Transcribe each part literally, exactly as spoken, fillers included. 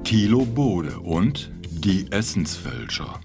Thilo Bode und die Essensfälscher.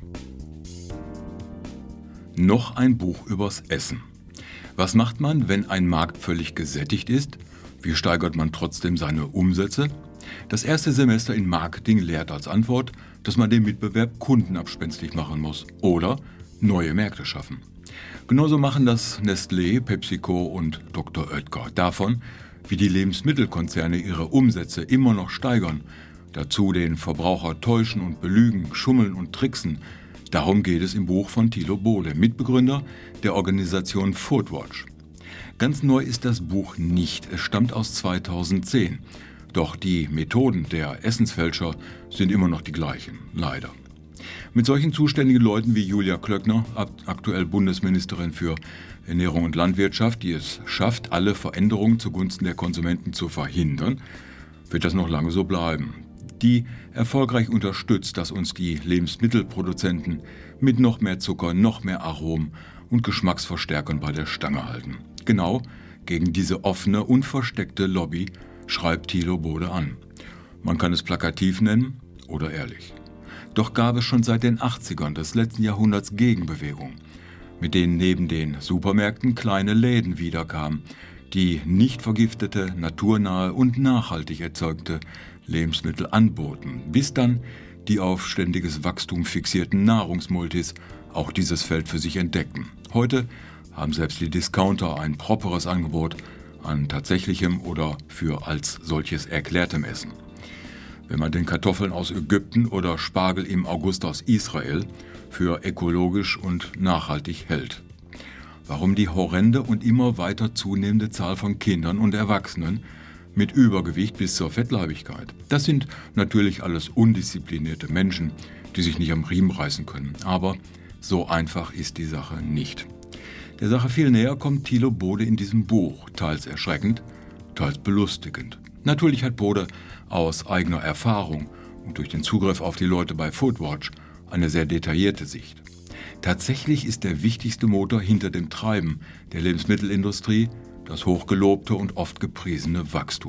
Noch ein Buch übers Essen. Was macht man, wenn ein Markt völlig gesättigt ist? Wie steigert man trotzdem seine Umsätze? Das erste Semester in Marketing lehrt als Antwort, dass man den Mitbewerb kundenabspenstig machen muss oder neue Märkte schaffen. Genauso machen das Nestlé, PepsiCo und Doktor Oetker. Davon, wie die Lebensmittelkonzerne ihre Umsätze immer noch steigern, dazu den Verbraucher täuschen und belügen, schummeln und tricksen. Darum geht es im Buch von Thilo Bode, Mitbegründer der Organisation Foodwatch. Ganz neu ist das Buch nicht, es stammt aus zweitausendzehn. Doch die Methoden der Essensfälscher sind immer noch die gleichen, leider. Mit solchen zuständigen Leuten wie Julia Klöckner, aktuell Bundesministerin für Ernährung und Landwirtschaft, die es schafft, alle Veränderungen zugunsten der Konsumenten zu verhindern, wird das noch lange so bleiben. Die erfolgreich unterstützt, dass uns die Lebensmittelproduzenten mit noch mehr Zucker, noch mehr Aromen und Geschmacksverstärkern bei der Stange halten. Genau gegen diese offene und versteckte Lobby schreibt Thilo Bode an. Man kann es plakativ nennen oder ehrlich. Doch gab es schon seit den achtzigern des letzten Jahrhunderts Gegenbewegungen, mit denen neben den Supermärkten kleine Läden wiederkamen, die nicht vergiftete, naturnahe und nachhaltig erzeugte Lebensmittel anboten, bis dann die auf ständiges Wachstum fixierten Nahrungsmultis auch dieses Feld für sich entdeckten. Heute haben selbst die Discounter ein properes Angebot an tatsächlichem oder für als solches erklärtem Essen. Wenn man den Kartoffeln aus Ägypten oder Spargel im August aus Israel für ökologisch und nachhaltig hält. Warum die horrende und immer weiter zunehmende Zahl von Kindern und Erwachsenen mit Übergewicht bis zur Fettleibigkeit? Das sind natürlich alles undisziplinierte Menschen, die sich nicht am Riemen reißen können. Aber so einfach ist die Sache nicht. Der Sache viel näher kommt Thilo Bode in diesem Buch, teils erschreckend, teils belustigend. Natürlich hat Bode aus eigener Erfahrung und durch den Zugriff auf die Leute bei Foodwatch eine sehr detaillierte Sicht. Tatsächlich ist der wichtigste Motor hinter dem Treiben der Lebensmittelindustrie das hochgelobte und oft gepriesene Wachstum.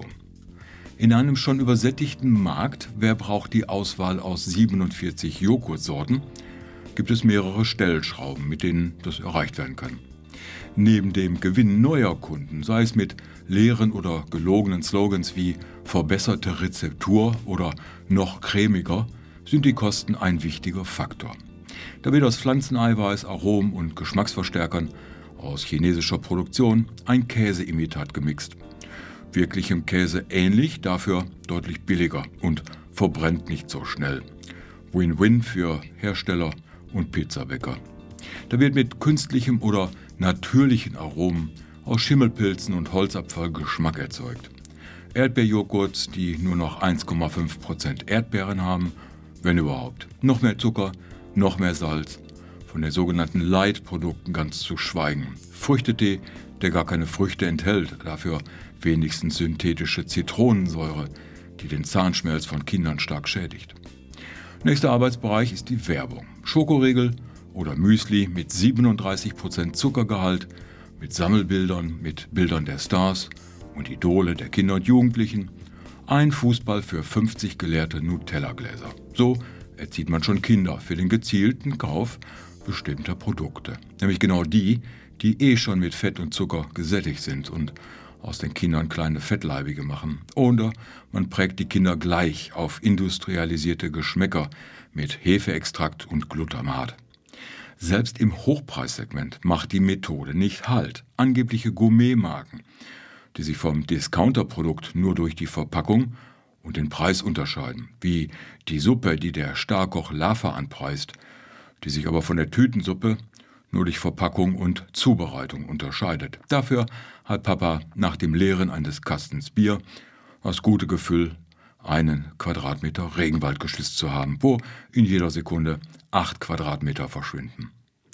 In einem schon übersättigten Markt, wer braucht die Auswahl aus siebenundvierzig Joghurtsorten, gibt es mehrere Stellschrauben, mit denen das erreicht werden kann. Neben dem Gewinn neuer Kunden, sei es mit leeren oder gelogenen Slogans wie verbesserte Rezeptur oder noch cremiger, sind die Kosten ein wichtiger Faktor. Da wird aus Pflanzeneiweiß, Aromen und Geschmacksverstärkern aus chinesischer Produktion ein Käseimitat gemixt. Wirklichem Käse ähnlich, dafür deutlich billiger und verbrennt nicht so schnell. Win-win für Hersteller und Pizzabäcker. Da wird mit künstlichem oder natürlichen Aromen aus Schimmelpilzen und Holzabfall Geschmack erzeugt. Erdbeerjoghurts, die nur noch eins Komma fünf Prozent Erdbeeren haben, wenn überhaupt. Noch mehr Zucker, noch mehr Salz, von den sogenannten Light-Produkten ganz zu schweigen. Früchtetee, der gar keine Früchte enthält, dafür wenigstens synthetische Zitronensäure, die den Zahnschmelz von Kindern stark schädigt. Nächster Arbeitsbereich ist die Werbung. Schokoriegel oder Müsli mit siebenunddreißig Prozent Zuckergehalt, mit Sammelbildern, mit Bildern der Stars und Idole der Kinder und Jugendlichen. Ein Fußball für fünfzig geleerte Nutella-Gläser. So erzieht man schon Kinder für den gezielten Kauf bestimmter Produkte. Nämlich genau die, die eh schon mit Fett und Zucker gesättigt sind und aus den Kindern kleine Fettleibige machen. Oder man prägt die Kinder gleich auf industrialisierte Geschmäcker mit Hefeextrakt und Glutamat. Selbst im Hochpreissegment macht die Methode nicht Halt. Angebliche Gourmetmarken, die sich vom Discounterprodukt nur durch die Verpackung und den Preis unterscheiden, wie die Suppe, die der Starkoch Lava anpreist, die sich aber von der Tütensuppe nur durch Verpackung und Zubereitung unterscheidet. Dafür hat Papa nach dem Leeren eines Kastens Bier das gute Gefühl, einen Quadratmeter Regenwald geschützt zu haben, wo in jeder Sekunde acht Quadratmeter verschwinden.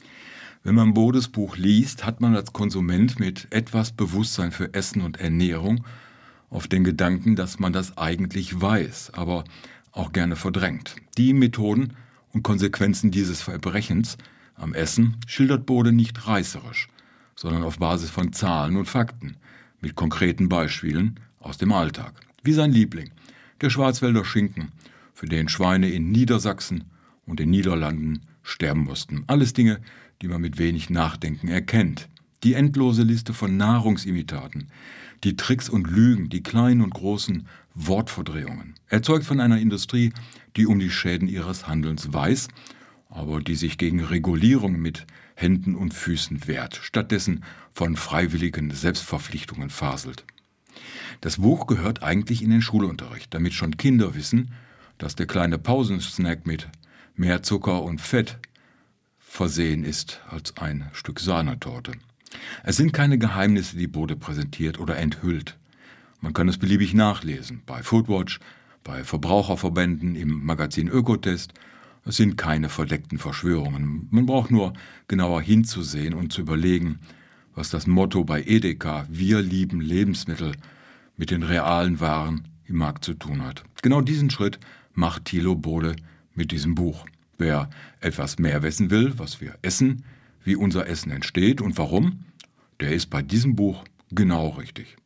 Wenn man Bodes Buch liest, hat man als Konsument mit etwas Bewusstsein für Essen und Ernährung auf den Gedanken, dass man das eigentlich weiß, aber auch gerne verdrängt. Die Methoden und Konsequenzen dieses Verbrechens am Essen schildert Bode nicht reißerisch, sondern auf Basis von Zahlen und Fakten, mit konkreten Beispielen aus dem Alltag. Wie sein Liebling, der Schwarzwälder Schinken, für den Schweine in Niedersachsen und den Niederlanden sterben mussten. Alles Dinge, die man mit wenig Nachdenken erkennt. Die endlose Liste von Nahrungsimitaten, die Tricks und Lügen, die kleinen und großen Wortverdrehungen, erzeugt von einer Industrie, die um die Schäden ihres Handelns weiß, aber die sich gegen Regulierung mit Händen und Füßen wehrt, stattdessen von freiwilligen Selbstverpflichtungen faselt. Das Buch gehört eigentlich in den Schulunterricht, damit schon Kinder wissen, dass der kleine Pausensnack mit mehr Zucker und Fett versehen ist als ein Stück Sahnetorte. Es sind keine Geheimnisse, die Bode präsentiert oder enthüllt. Man kann es beliebig nachlesen, bei Foodwatch, bei Verbraucherverbänden, im Magazin Ökotest. Es sind keine verdeckten Verschwörungen. Man braucht nur genauer hinzusehen und zu überlegen, was das Motto bei Edeka „Wir lieben Lebensmittel" mit den realen Waren im Markt zu tun hat. Genau diesen Schritt macht Thilo Bode mit diesem Buch. Wer etwas mehr wissen will, was wir essen, wie unser Essen entsteht und warum, der ist bei diesem Buch genau richtig.